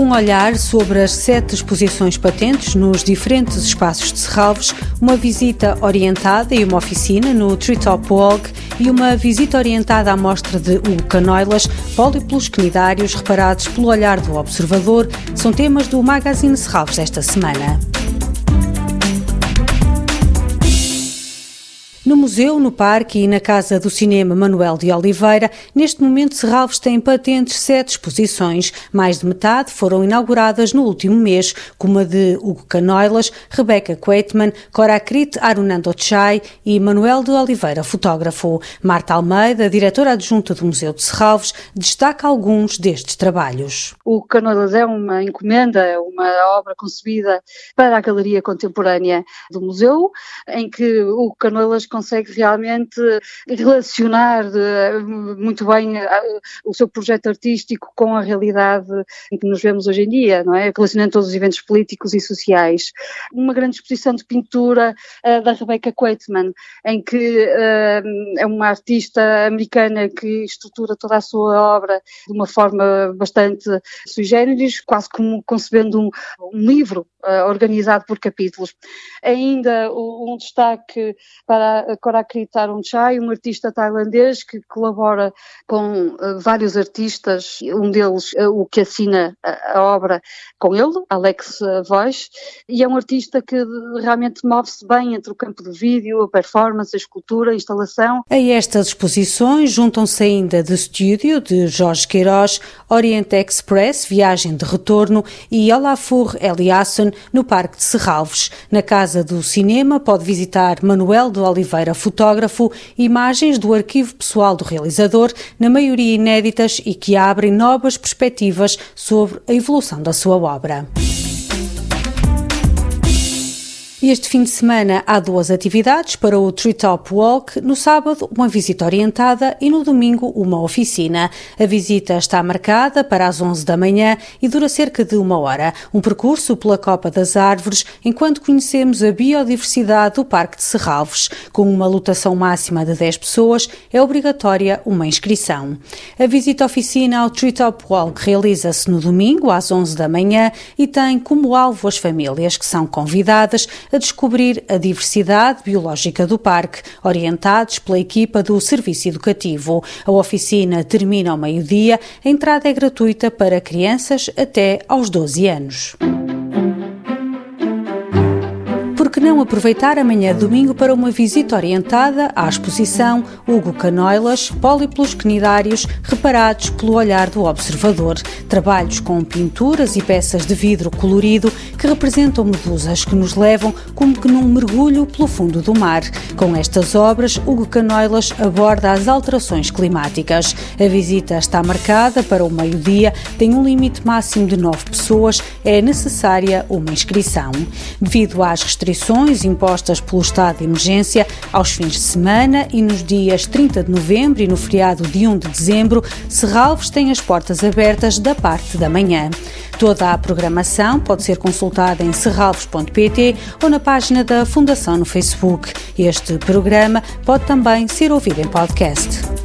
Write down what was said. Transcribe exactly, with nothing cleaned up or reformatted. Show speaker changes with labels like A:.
A: um olhar sobre as sete exposições patentes nos diferentes espaços de Serralves, uma visita orientada e uma oficina no Treetop Walk e uma visita orientada à mostra de Hugo Canoilas, póliplos cnidários reparados pelo olhar do observador, são temas do Magazine Serralves desta semana. No museu, no parque e na Casa do Cinema Manuel de Oliveira, neste momento Serralves tem patentes sete exposições. Mais de metade foram inauguradas no último mês, como a de Hugo Canoilas, Rebecca Quaitman, Corakrit Arunandochai e Manuel de Oliveira, fotógrafo. Marta Almeida, diretora adjunta do Museu de Serralves, destaca alguns destes trabalhos.
B: O Canoilas é uma encomenda, uma obra concebida para a Galeria Contemporânea do Museu, em que o Canoilas consegue realmente relacionar muito bem o seu projeto artístico com a realidade em que nos vemos hoje em dia, não é? Relacionando todos os eventos políticos e sociais. Uma grande exposição de pintura uh, da Rebecca Quaitman, em que uh, é uma artista americana que estrutura toda a sua obra de uma forma bastante sui generis, quase como concebendo um, um livro uh, organizado por capítulos. Ainda um destaque para Corakrit Arunandochai, um artista tailandês que colabora com uh, vários artistas, um deles uh, o que assina a, a obra com ele, Alex uh, Voice, e é um artista que realmente move-se bem entre o campo de vídeo, a performance, a escultura, a instalação.
A: A estas exposições juntam-se ainda The Studio, de Jorge Queiroz, Orient Express, Viagem de Retorno e Olafur Eliasson, no Parque de Serralves. Na Casa do Cinema pode visitar Manuel de Oliveira, fotógrafo, imagens do arquivo pessoal do realizador, na maioria inéditas e que abrem novas perspectivas sobre a evolução da sua obra. Este fim de semana há duas atividades para o Treetop Walk. No sábado, uma visita orientada e no domingo, uma oficina. A visita está marcada para as onze da manhã e dura cerca de uma hora. Um percurso pela Copa das Árvores, enquanto conhecemos a biodiversidade do Parque de Serralves. Com uma lotação máxima de dez pessoas, é obrigatória uma inscrição. A visita-oficina ao Treetop Walk realiza-se no domingo, às onze da manhã, e tem como alvo as famílias que são convidadas a descobrir a diversidade biológica do parque, orientados pela equipa do Serviço Educativo. A oficina termina ao meio-dia, a entrada é gratuita para crianças até aos doze anos. Por que não aproveitar amanhã domingo para uma visita orientada à exposição Hugo Canoilas, póliplos cnidários reparados pelo olhar do observador. Trabalhos com pinturas e peças de vidro colorido que representam medusas que nos levam como que num mergulho pelo fundo do mar. Com estas obras, Hugo Canoilas aborda as alterações climáticas. A visita está marcada para o meio-dia, tem um limite máximo de nove pessoas, é necessária uma inscrição. Devido às restrições impostas pelo estado de emergência, aos fins de semana e nos dias trinta de novembro e no feriado de primeiro de dezembro, Serralves tem as portas abertas da parte da manhã. Toda a programação pode ser consultada em serralves ponto pt ou na página da Fundação no Facebook. Este programa pode também ser ouvido em podcast.